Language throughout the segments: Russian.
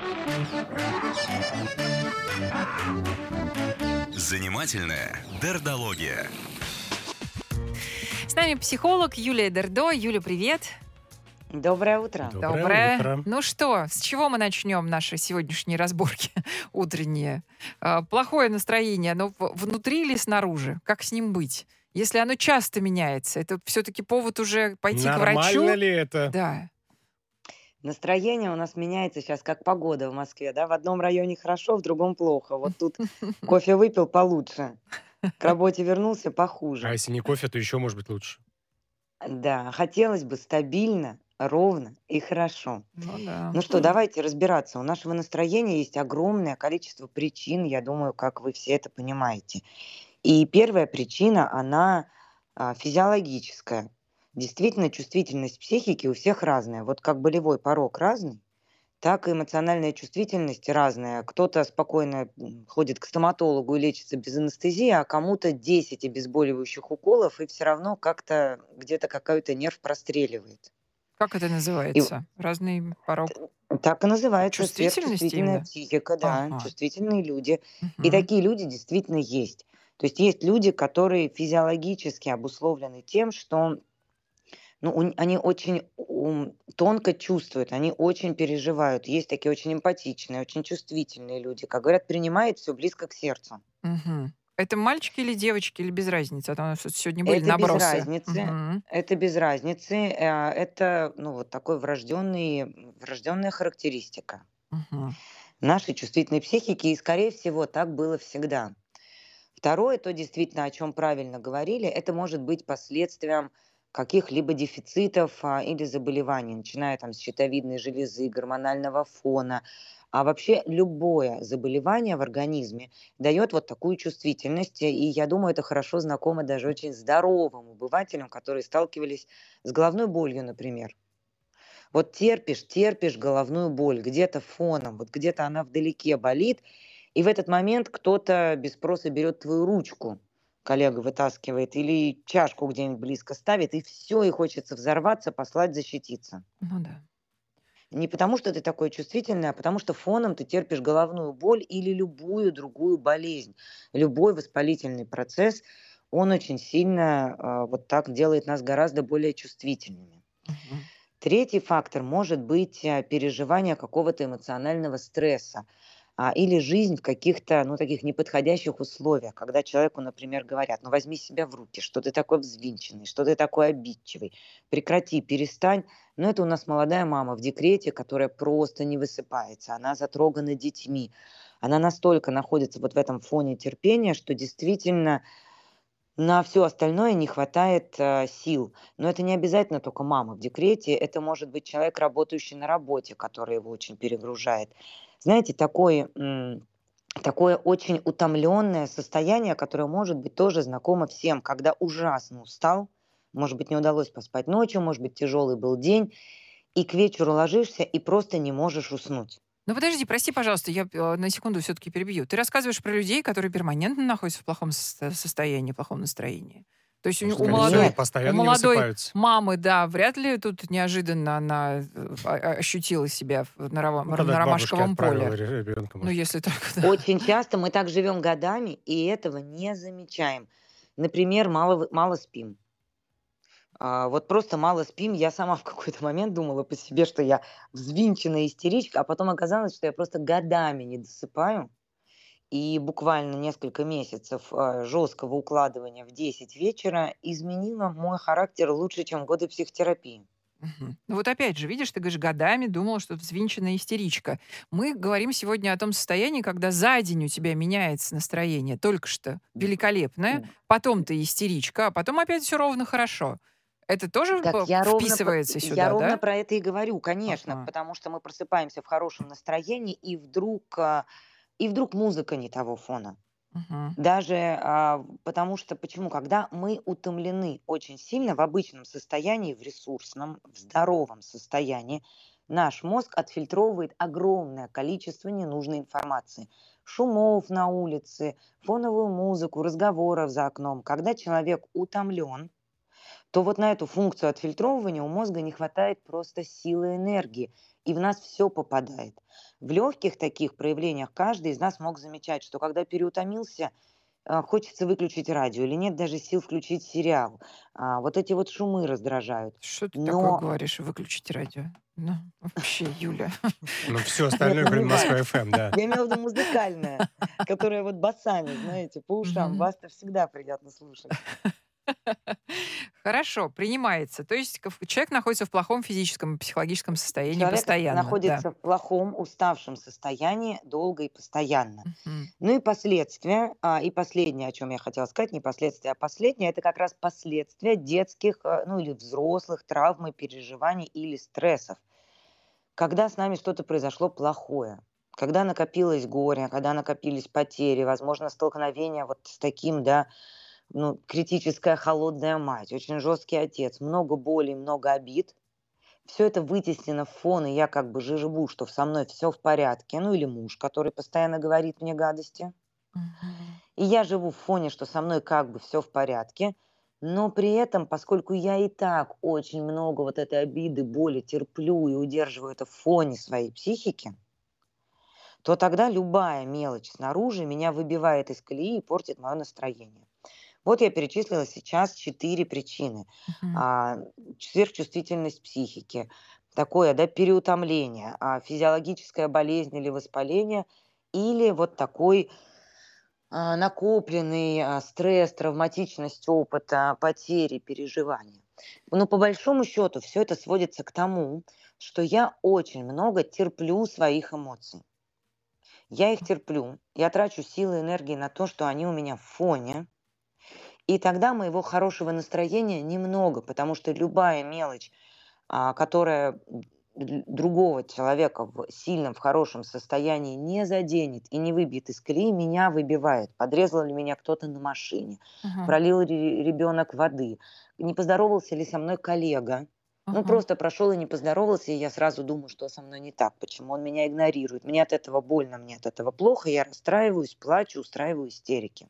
Занимательная дердология. С нами психолог Юлия Дердо. Юля, привет. Доброе утро. Доброе утро. Ну что, с чего мы начнем наши сегодняшние разборки утренние? Плохое настроение, оно внутри или снаружи? Как с ним быть? Если оно часто меняется, это все-таки повод уже пойти к врачу? Нормально ли это? Да. Настроение у нас меняется сейчас, как погода в Москве, да? В одном районе хорошо, в другом плохо. Вот тут кофе выпил получше, к работе вернулся А похуже. если не кофе, то еще может быть лучше. Да, хотелось бы стабильно, ровно и хорошо. Ну да. Ну что, давайте разбираться. У нашего настроения есть огромное количество причин, я думаю, как вы все это понимаете. И первая причина, она физиологическая. Действительно, чувствительность психики у всех разная. Вот как болевой порог разный, так и эмоциональная чувствительность разная. Кто-то спокойно ходит к стоматологу и лечится без анестезии, а кому-то 10 обезболивающих уколов, и все равно как-то где-то какой-то нерв простреливает. Как это называется? Разный порог Так и называется чувствительности сверхчувствительная именно? психика, да, Ага. чувствительные люди. И Мгм. такие люди действительно есть. То есть есть люди, которые физиологически обусловлены тем, что они очень тонко чувствуют, они очень переживают. Есть такие очень эмпатичные, очень чувствительные люди. Как говорят, принимает все близко к сердцу. Мгм. Это мальчики или девочки, или без разницы? А то у нас тут сегодня были Это без набросы. разницы. Мгм. Это без разницы. Это вот такой врожденная характеристика Мгм. нашей чувствительной психики, и, скорее всего, так было всегда. Второе, то действительно, о чем правильно говорили, это может быть последствием каких-либо дефицитов или заболеваний, начиная там с щитовидной железы, гормонального фона. А вообще любое заболевание в организме дает вот такую чувствительность, и я думаю, это хорошо знакомо даже очень здоровым обывателям, которые сталкивались с головной болью, например. Вот терпишь головную боль где-то фоном, вот где-то она вдалеке болит, и в этот момент кто-то без спроса берет твою ручку, коллега вытаскивает, или чашку где-нибудь близко ставит, и все, и хочется взорваться, послать защититься. Ну да. Не потому, что ты такой чувствительный, а потому что фоном ты терпишь головную боль или любую другую болезнь. Любой воспалительный процесс, он очень сильно вот так делает нас гораздо более чувствительными. Мгм. Третий фактор может быть переживание какого-то эмоционального стресса или жизнь в каких-то, таких неподходящих условиях, когда человеку, например, говорят, возьми себя в руки, что ты такой взвинченный, что ты такой обидчивый, прекрати, перестань. Но это у нас молодая мама в декрете, которая просто не высыпается, она затрогана детьми, она настолько находится вот в этом фоне терпения, что действительно на все остальное не хватает сил. Но это не обязательно только мама в декрете, это может быть человек, работающий на работе, который его очень перегружает. Знаете, такое очень утомленное состояние, которое может быть тоже знакомо всем, когда ужасно устал, может быть, не удалось поспать ночью, может быть, тяжелый был день, и к вечеру ложишься и просто не можешь уснуть. Ну подожди, прости, пожалуйста, я на секунду все-таки перебью. Ты рассказываешь про людей, которые перманентно находятся в плохом состоянии, плохом настроении. То есть Потому у что, скорее всего, молодой, они Нет, у постоянно не молодой высыпаются. мамы, да, вряд ли тут неожиданно она ощутила себя Когда на к бабушке ромашковом отправила поле. ребенка, Ну, может. если только, да. очень часто мы так живем годами и этого не замечаем. Например, мало спим. Вот просто мало спим. Я сама в какой-то момент думала по себе, что я взвинченная истеричка, а потом оказалось, что я просто годами не досыпаю. И буквально несколько месяцев жесткого укладывания в 10 вечера изменило мой характер лучше, чем годы психотерапии. Мгм. Ну вот опять же, видишь, ты говоришь, годами думала, что ты взвинченная истеричка. Мы говорим сегодня о том состоянии, когда за день у тебя меняется настроение. Только что великолепное, потом ты истеричка, а потом опять все ровно хорошо. Это тоже Так вписывается я сюда, ровно да? про это и говорю, конечно, Ага. потому что мы просыпаемся в хорошем настроении, и вдруг музыка не того фона. Мгм. Даже потому что почему? Когда мы утомлены очень сильно в обычном состоянии, в ресурсном, в здоровом состоянии, наш мозг отфильтровывает огромное количество ненужной информации. Шумов на улице, фоновую музыку, разговоров за окном. Когда человек утомлен, то вот на эту функцию отфильтровывания у мозга не хватает просто силы и энергии. и в нас все попадает. В легких таких проявлениях каждый из нас мог замечать, что когда переутомился, хочется выключить радио или нет даже сил включить сериал. Вот эти вот шумы раздражают. Что ты такое Но говоришь? Выключить радио. Ну, вообще, Юля. Ну, все я остальное, кроме понимаю, Москва-ФМ, да. я имела в виду музыкальное, которое вот басами, знаете, по ушам. Мгм. Бас-то всегда приятно слушать. Хорошо, принимается. То есть человек находится в плохом физическом и психологическом состоянии Человек постоянно, да. находится в плохом, уставшем состоянии долго и постоянно. Мгм. Ну и последствия, и последнее, о чем я хотела сказать, не последствия, а последнее, это как раз последствия детских, ну или взрослых травм и переживаний или стрессов. Когда с нами что-то произошло плохое, когда накопилось горе, когда накопились потери, возможно, столкновение вот с таким, да, ну, критическая холодная мать, очень жесткий отец, много боли, много обид. Все это вытеснено в фон, и я как бы живу, что со мной все в порядке. Ну или муж, который постоянно говорит мне гадости. Мгм. И я живу в фоне, что со мной как бы все в порядке. Но при этом, поскольку я и так очень много вот этой обиды, боли терплю и удерживаю это в фоне своей психики, то тогда любая мелочь снаружи меня выбивает из колеи и портит мое настроение. Вот я перечислила сейчас 4 причины. Мгм. А, Сверхчувствительность психики, такое, да, переутомление, физиологическая болезнь или воспаление, или вот такой накопленный стресс, травматичность опыта, потери, переживания. Но по большому счету все это сводится к тому, что я очень много терплю своих эмоций. Я их терплю, я трачу силы и энергии на то, что они у меня в фоне, и тогда моего хорошего настроения немного, потому что любая мелочь, которая другого человека в сильном, в хорошем состоянии не заденет и не выбьет из колеи, меня выбивает. Подрезал ли меня кто-то на машине, Ага. пролил ли ребенок воды, не поздоровался ли со мной коллега. Ну, Ага. просто прошел и не поздоровался, и я сразу думаю, что со мной не так, почему он меня игнорирует. Мне от этого больно, мне от этого плохо, я расстраиваюсь, плачу, устраиваю истерики.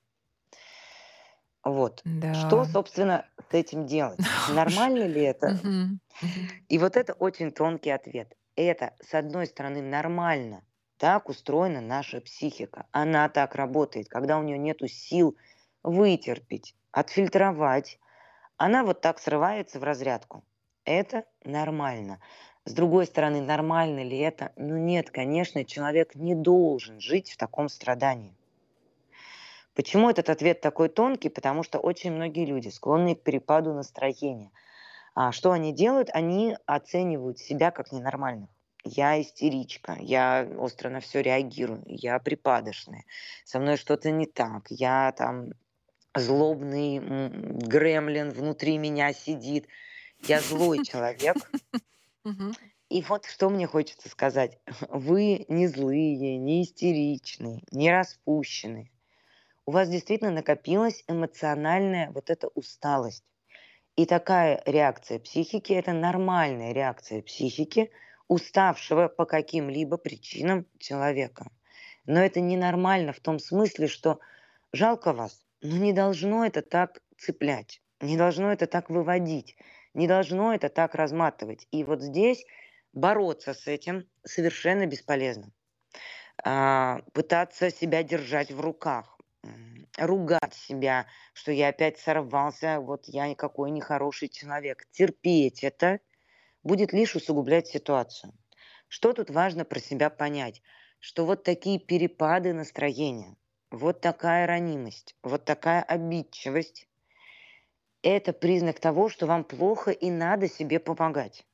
Вот. Что, Да. собственно, с этим делать? Уж. Нормально ли это? Мгм. Мгм. И вот это очень тонкий ответ. Это, с одной стороны, нормально. Так устроена наша психика. Она так работает. Когда у нее нет сил вытерпеть, отфильтровать, она вот так срывается в разрядку. Это нормально. С другой стороны, нормально ли это? Ну нет, конечно, человек не должен жить в таком страдании. Почему этот ответ такой тонкий? Потому что очень многие люди склонны к перепаду настроения. Что они делают? Они оценивают себя как ненормальных. Я истеричка, я остро на все реагирую, я припадочная, со мной что-то не так, я там злобный гремлин внутри меня сидит, я злой человек. Мгм. И вот что мне хочется сказать. Вы не злые, не истеричные, не распущенные. У вас действительно накопилась эмоциональная вот эта усталость. И такая реакция психики – это нормальная реакция психики, уставшего по каким-либо причинам человека. Но это ненормально в том смысле, что жалко вас, но не должно это так цеплять, не должно это так выводить, не должно это так разматывать. И вот здесь бороться с этим совершенно бесполезно. Пытаться себя держать в руках, ругать себя, что я опять сорвался, вот я никакой нехороший человек. Терпеть это будет лишь усугублять ситуацию. Что тут важно про себя понять? Что вот такие перепады настроения, вот такая ранимость, вот такая обидчивость – это признак того, что вам плохо и надо себе помогать.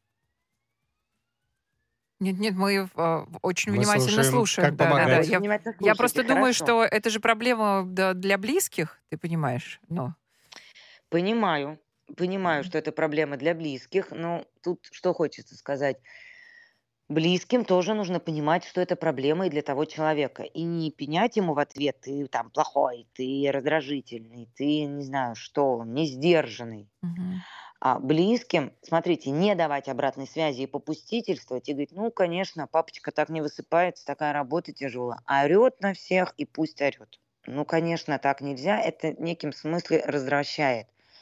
Нет-нет, мы очень Мы внимательно слушаем, слушаем. как Вы Да-да-да. помогать. очень Я внимательно я слушаете, просто думаю, хорошо. что это же проблема, да, для близких, ты понимаешь? Ну. Понимаю, понимаю, М. что это проблема для близких, но тут что хочется сказать. Близким тоже нужно понимать, что это проблема и для того человека. И не пенять ему в ответ: "Ты там плохой, ты раздражительный, ты не знаю что, не сдержанный". Мгм. А близким, смотрите, не давать обратной связи и попустительствовать, и говорить: "Ну, конечно, папочка так не высыпается, такая работа тяжелая". Орёт на всех и пусть орёт. Ну, конечно, так нельзя, это в неким смысле развращает.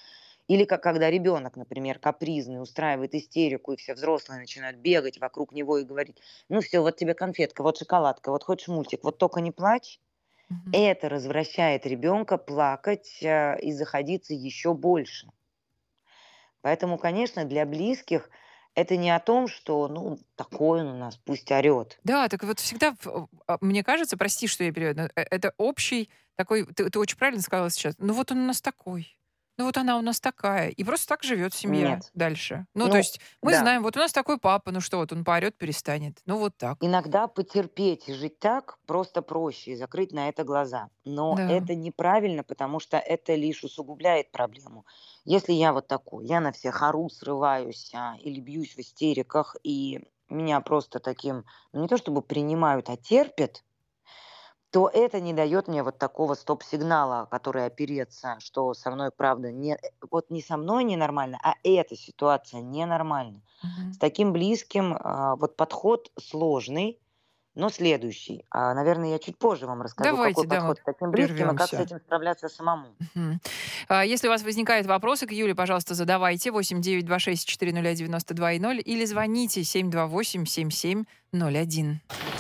Или как когда ребенок, например, капризный, устраивает истерику, и все взрослые начинают бегать вокруг него и говорить: ну все, вот тебе конфетка, вот шоколадка, вот хочешь мультик, вот только не плачь. Мгм. Это развращает ребенка плакать и заходиться еще больше. Поэтому, конечно, для близких это не о том, что, ну, такой он у нас, пусть орет. Да, так вот всегда, мне кажется, прости, что я перебиваю, но это общий такой, ты очень правильно сказала сейчас, ну вот он у нас такой, ну вот она у нас такая, и просто так живет семья Нет. дальше. Ну, то Ну, есть мы да, знаем, вот у нас такой папа, ну что, вот он поорет, перестанет. Ну вот так. иногда потерпеть и жить так просто проще и закрыть на это глаза. Но Да. это неправильно, потому что это лишь усугубляет проблему. Если я вот такой, я на всех ору, срываюсь или бьюсь в истериках, и меня просто таким, ну не то чтобы принимают, а терпят, то это не дает мне вот такого стоп-сигнала, который опереться, что со мной правда вот не со мной ненормально, а эта ситуация ненормальна. С Мгм. таким близким вот подход сложный, но следующий. Наверное, я чуть позже вам расскажу, какой Давайте, да, мы подход с таким близким и как с прервемся. этим справляться самому. Мгм. Если у вас возникают вопросы к Юле, пожалуйста, задавайте 8-926-400-92-0 или звоните 728-7701.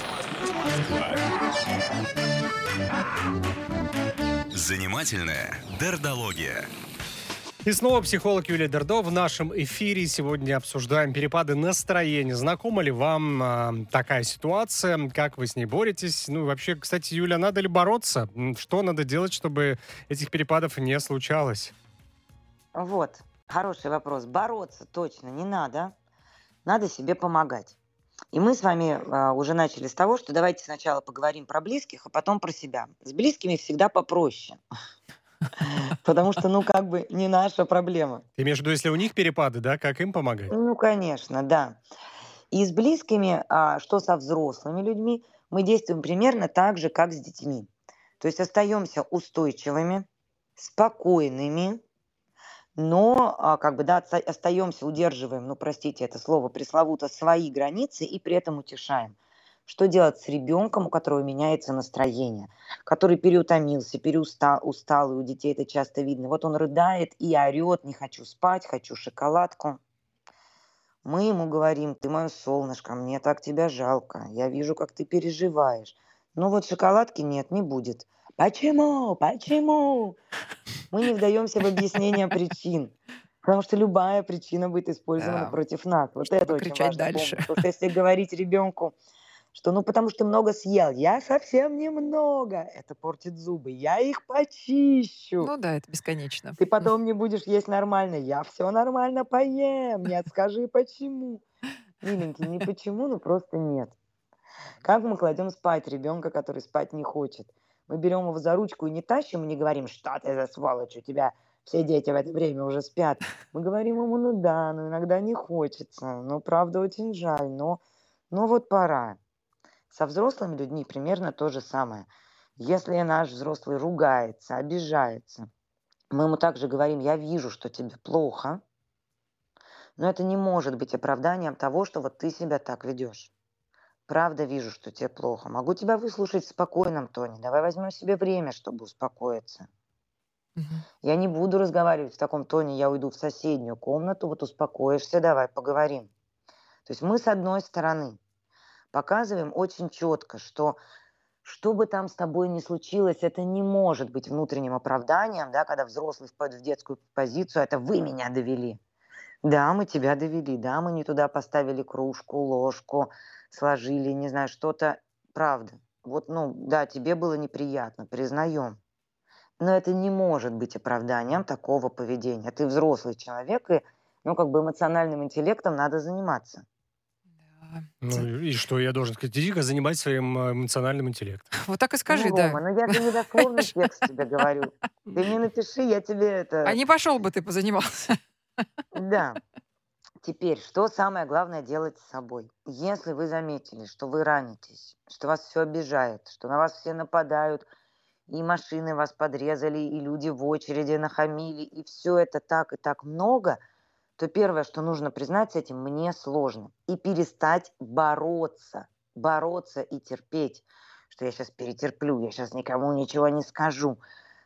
Занимательная дердология. И снова психолог Юлия Дердо в нашем эфире. Сегодня обсуждаем перепады настроения. Знакома ли вам такая ситуация? Как вы с ней боретесь? Ну, и вообще, кстати, Юля, надо ли бороться? Что надо делать, чтобы этих перепадов не случалось? Вот, хороший вопрос. Бороться точно не надо, надо себе помогать. И мы с вами уже начали с того, что давайте сначала поговорим про близких, а потом про себя. С близкими всегда попроще, потому что, ну, как бы не наша проблема. Ты имеешь в виду, если у них перепады, да, как им помогать? Ну, конечно, да. И с близкими, что со взрослыми людьми, мы действуем примерно так же, как с детьми. То есть остаемся устойчивыми, спокойными, но как бы, да, остаемся, удерживаем, ну, простите это слово, пресловуто, свои границы и при этом утешаем. Что делать с ребенком, у которого меняется настроение, который переутомился, устал, и у детей это часто видно. Вот он рыдает и орет: не хочу спать, хочу шоколадку. Мы ему говорим: ты мое солнышко, мне так тебя жалко, я вижу, как ты переживаешь. Ну вот шоколадки нет, не будет. Почему? Почему? Мы не вдаемся в объяснение причин, потому что любая причина будет использована Да, против нас. Вот это чтобы очень кричать важно дальше. помнить. Потому что если говорить ребенку, что ну потому что много съел, я совсем немного, это портит зубы, я их почищу. Ну да, это бесконечно. Ты потом не будешь есть нормально, я все нормально поем, нет, скажи почему. Миленький, не почему, ну просто нет. Как мы кладем спать ребенка, который спать не хочет? Мы берем его за ручку и не тащим, и не говорим: что ты за сволочь, у тебя все дети в это время уже спят. Мы говорим ему: ну да, ну иногда не хочется, ну правда очень жаль, но вот пора. Со взрослыми людьми примерно то же самое. Если наш взрослый ругается, обижается, мы ему также говорим: я вижу, что тебе плохо, но это не может быть оправданием того, что вот ты себя так ведешь. Правда вижу, что тебе плохо. Могу тебя выслушать в спокойном тоне. Давай возьмем себе время, чтобы успокоиться. Мгм. Я не буду разговаривать в таком тоне, я уйду в соседнюю комнату, вот успокоишься, давай поговорим. То есть мы с одной стороны показываем очень четко, что бы там с тобой ни случилось, это не может быть внутренним оправданием, да, когда взрослый впадет в детскую позицию: это вы меня довели. Да, мы тебя довели, да, мы не туда поставили кружку, ложку, сложили, не знаю, что-то. Правда. Вот, ну, да, тебе было неприятно, признаем. Но это не может быть оправданием такого поведения. Ты взрослый человек, и, ну, как бы эмоциональным интеллектом надо заниматься. Да. Ну и что я должен сказать? Иди-ка занимать своим эмоциональным интеллектом. Вот так и Ну, скажи, да. Рома, ну я же не дословный текст тебе говорю. Ты мне напиши, я тебе А это... не пошел бы ты позанимался. Да. Теперь, что самое главное делать с собой? Если вы заметили, что вы ранитесь, что вас все обижает, что на вас все нападают, и машины вас подрезали, и люди в очереди нахамили, и все это так и так много, то первое, что нужно признать с этим: мне сложно. И перестать бороться. Бороться и терпеть, что я сейчас перетерплю, я сейчас никому ничего не скажу.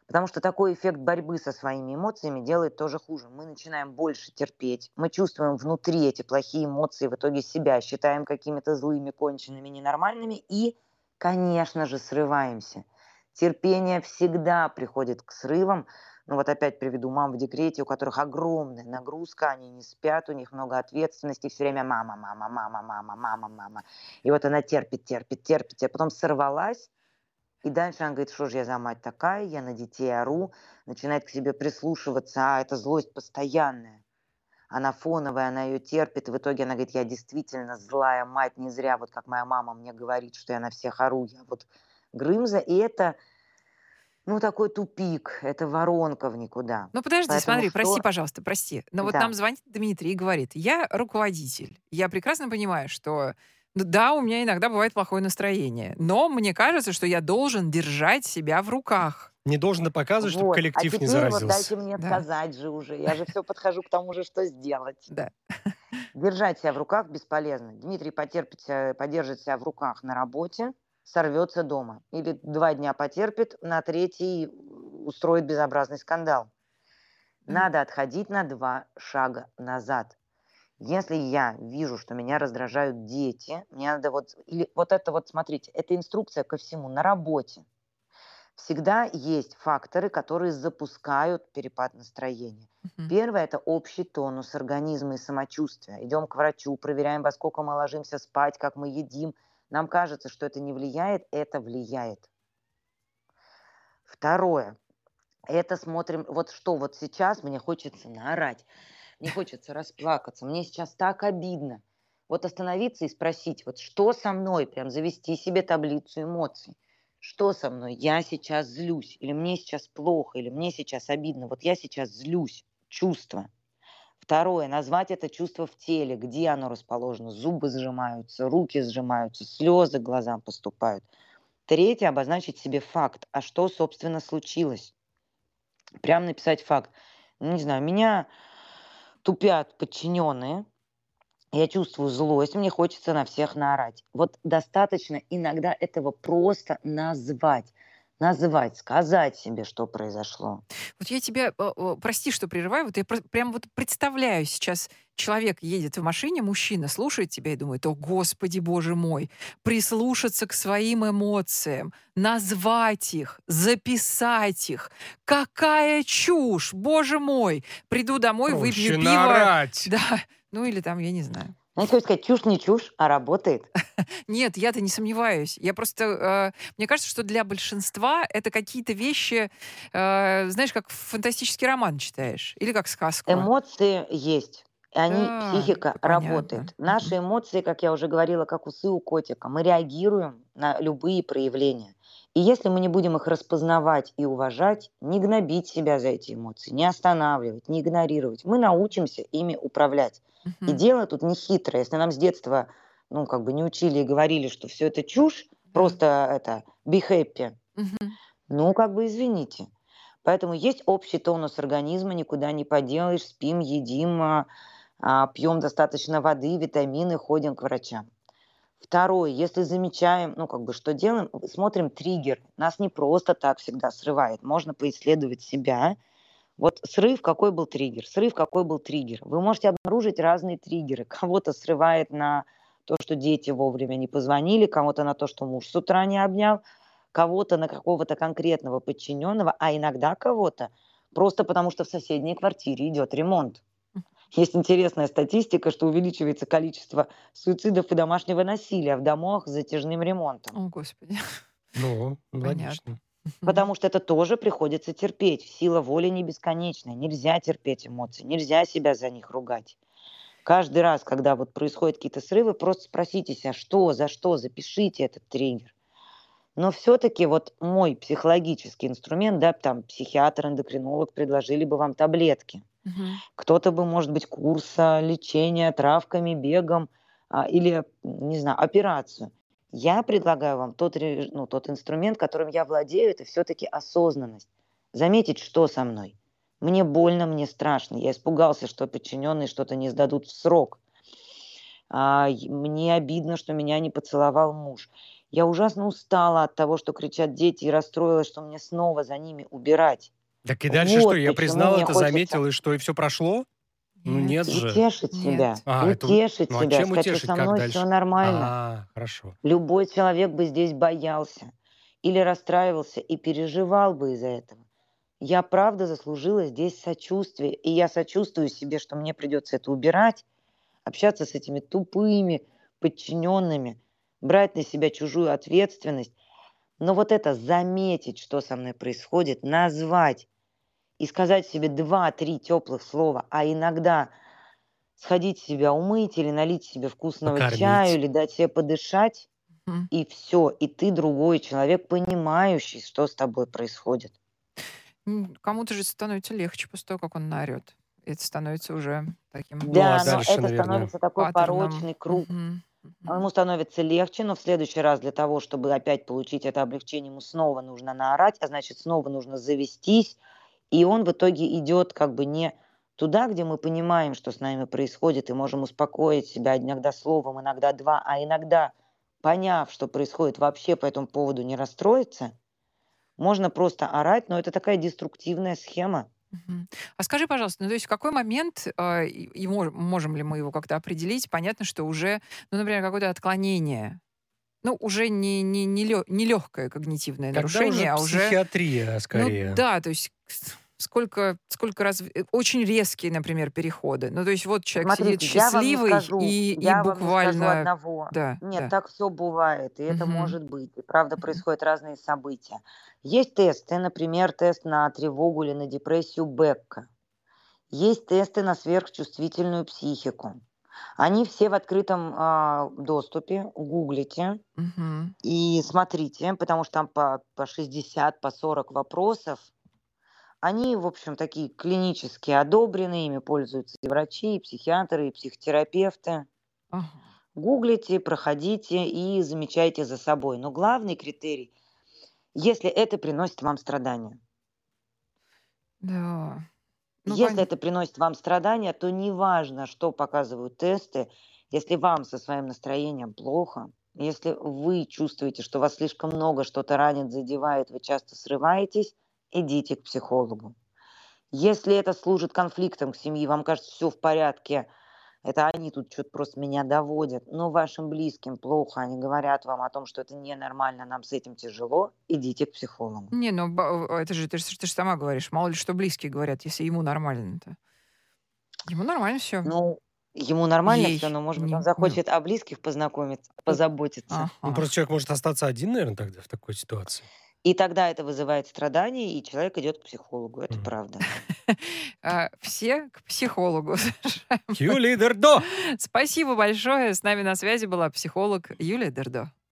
Потому что такой эффект борьбы со своими эмоциями делает тоже хуже. Мы начинаем больше терпеть, мы чувствуем внутри эти плохие эмоции, в итоге себя считаем какими-то злыми, конченными, ненормальными и, конечно же, срываемся. Терпение всегда приходит к срывам. Ну вот опять приведу мам в декрете, у которых огромная нагрузка, они не спят, у них много ответственности, все время мама, мама, мама, мама, мама, мама. И вот она терпит, терпит, терпит, а потом сорвалась, и дальше она говорит, что же я за мать такая, я на детей ору, начинает к себе прислушиваться, а это злость постоянная. Она фоновая, она ее терпит, и в итоге она говорит, я действительно злая мать, не зря, вот как моя мама мне говорит, что я на всех ору, я вот Грымза, и это, ну, такой тупик, это воронка в никуда. Ну, подожди, Поэтому смотри, что... прости, пожалуйста, прости. Но вот Да. нам звонит Дмитрий и говорит, я руководитель. Я прекрасно понимаю, что ну да, у меня иногда бывает плохое настроение, но мне кажется, что я должен держать себя в руках. Не должен показывать, чтобы Вот. А коллектив не теперь вот заразился. дайте мне Да. сказать же уже, я же все подхожу к тому же, что сделать. Да. Держать себя в руках бесполезно. Дмитрий подержит себя в руках на работе, сорвется дома. Или 2 дня потерпит, на 3-й устроит безобразный скандал. Надо отходить на 2 шага назад. Если я вижу, что меня раздражают дети, мне надо вот... Или вот это вот, смотрите, это инструкция ко всему на работе. Всегда есть факторы, которые запускают перепад настроения. Первое – это общий тонус организма и самочувствия. Идем к врачу, проверяем, во сколько мы ложимся спать, как мы едим. Нам кажется, что это не влияет, это влияет. Второе – это смотрим, вот что вот сейчас мне хочется наорать, мне хочется расплакаться, мне сейчас так обидно. Вот остановиться и спросить, вот что со мной, прям завести себе таблицу эмоций. Что со мной? Я сейчас злюсь, или мне сейчас плохо, или мне сейчас обидно. Вот я сейчас злюсь. Чувство. Второе. Назвать это чувство в теле. Где оно расположено? Зубы сжимаются, руки сжимаются, слезы к глазам поступают. Третье. Обозначить себе факт. А что, собственно, случилось? Прям написать факт. Ну, не знаю, меня тупят подчиненные. Я чувствую злость, мне хочется на всех наорать. Вот достаточно иногда этого просто назвать. Назвать, сказать себе, что произошло. Вот я тебя, прости, что прерываю, вот я прям вот представляю сейчас, человек едет в машине, мужчина слушает тебя и думает, о, Господи, Боже мой, прислушаться к своим эмоциям, назвать их, записать их. Какая чушь, Боже мой! Приду домой, Проще выпью пиво. наорать. Да, ну или там, я не знаю. Знаете, как сказать, чушь не чушь, а работает. Нет, я-то не сомневаюсь. Я просто, мне кажется, что для большинства это какие-то вещи, знаешь, как фантастический роман читаешь или как сказку. Эмоции есть. И они, Да, психика это понятно. работает. Наши эмоции, как я уже говорила, как усы у котика. Мы реагируем на любые проявления. И если мы не будем их распознавать и уважать, не гнобить себя за эти эмоции, не останавливать, не игнорировать, мы научимся ими управлять. И дело тут не хитрое. Если нам с детства, ну, как бы не учили и говорили, что все это чушь, просто это be happy, ну, как бы извините. Поэтому есть общий тонус организма, никуда не поделаешь, спим, едим, пьем достаточно воды, витамины, ходим к врачам. Второе, если замечаем, ну, как бы, что делаем, смотрим триггер. Нас не просто так всегда срывает. Можно поисследовать себя. Вот срыв, какой был триггер? Срыв, какой был триггер? Вы можете обнаружить разные триггеры. Кого-то срывает на то, что дети вовремя не позвонили, кого-то на то, что муж с утра не обнял, кого-то на какого-то конкретного подчиненного, а иногда кого-то просто потому, что в соседней квартире идет ремонт. Есть интересная статистика, что увеличивается количество суицидов и домашнего насилия в домах с затяжным ремонтом. О, Господи. Ну, Понятно. логично. Потому что это тоже приходится терпеть. Сила воли не бесконечная. Нельзя терпеть эмоции, нельзя себя за них ругать. Каждый раз, когда вот происходят какие-то срывы, просто спросите себя, что, за что, запишите этот триггер. Но все-таки вот мой психологический инструмент, да, там психиатр, эндокринолог предложили бы вам таблетки. Кто-то бы, может быть, курс лечения травками, бегом или, не знаю, операцию. Я предлагаю вам тот инструмент, которым я владею, это все-таки осознанность. Заметить, что со мной. Мне больно, мне страшно. Я испугался, что подчиненные что-то не сдадут в срок. Мне обидно, что меня не поцеловал муж. Я ужасно устала от того, что кричат дети, и расстроилась, что мне снова за ними убирать. Так и дальше что? Вот Я почему признал мне это, хочется заметил, и что, и все прошло? Ну нет Нет, же. утешить себя, нет. утешить Ну а себя, чем сказать, что утешить, со как мной все дальше? нормально. Хорошо. Любой человек бы здесь боялся или расстраивался и переживал бы из-за этого. Я правда заслужила здесь сочувствие, и я сочувствую себе, что мне придется это убирать, общаться с этими тупыми подчиненными, брать на себя чужую ответственность. Но вот это заметить, что со мной происходит, назвать и сказать себе два-три теплых слова, а иногда сходить себя умыть или налить себе вкусного чаю, Покормить. или дать себе подышать, Мгм. и все, и ты другой человек, понимающий, что с тобой происходит. Кому-то же становится легче после того, как он наорет. Это становится уже таким Ну а Да, но дальше, это наверное. становится такой паттерном. порочный круг. Мгм. Ему Мгм. становится легче, но в следующий раз для того, чтобы опять получить это облегчение, ему снова нужно наорать, а значит, снова нужно завестись, и он в итоге идет как бы не туда, где мы понимаем, что с нами происходит, и можем успокоить себя иногда словом, иногда два, а иногда, поняв, что происходит, вообще по этому поводу не расстроиться. Можно просто орать, но это такая деструктивная схема. Мгм. А скажи, пожалуйста, ну, то есть в какой момент, и можем ли мы его как-то определить? Понятно, что уже, ну, например, какое-то отклонение. Ну, уже не легкое когнитивное Тогда уже нарушение, а уже, психиатрия ну скорее. да, то есть сколько раз, очень резкие, например, переходы. Ну, то есть вот человек сидит Смотрите, счастливый и я вам не скажу буквально, одного. да, Нет, да. так все бывает, и это Мгм. может быть. И правда Мгм. происходят разные события. Есть тесты, например, тест на тревогу или на депрессию Бекка. Есть тесты на сверхчувствительную психику. Они все в открытом доступе. Гуглите Мгм. и смотрите, потому что там по 60, по 40 вопросов. Они, в общем, такие клинически одобрены, ими пользуются и врачи, и психиатры, и психотерапевты. Ага. Гуглите, проходите и замечайте за собой. Но главный критерий, если это приносит вам страдания. Да. Ну, Если это приносит вам страдания, то неважно, что показывают тесты, если вам со своим настроением плохо, если вы чувствуете, что вас слишком много что-то ранит, задевает, вы часто срываетесь, идите к психологу. Если это служит конфликтом к семье, вам кажется, все в порядке, это они тут что то просто меня доводят, но вашим близким плохо, они говорят вам о том, что это ненормально, нам с этим тяжело, идите к психологу. не, ну, это же ты ж сама говоришь, мало ли что близкие говорят, если ему нормально-то. Ему нормально все. Ну, ему нормально все, Ей. но, может быть, он Не. захочет о близких познакомиться, У позаботиться. Ну, Ага. просто человек может остаться один, наверное, тогда в такой ситуации. И тогда это вызывает страдания, и человек идет к психологу. Это Мгм. правда. Все к психологу. Юлия Дердо! Спасибо большое. С нами на связи была психолог Юлия Дердо.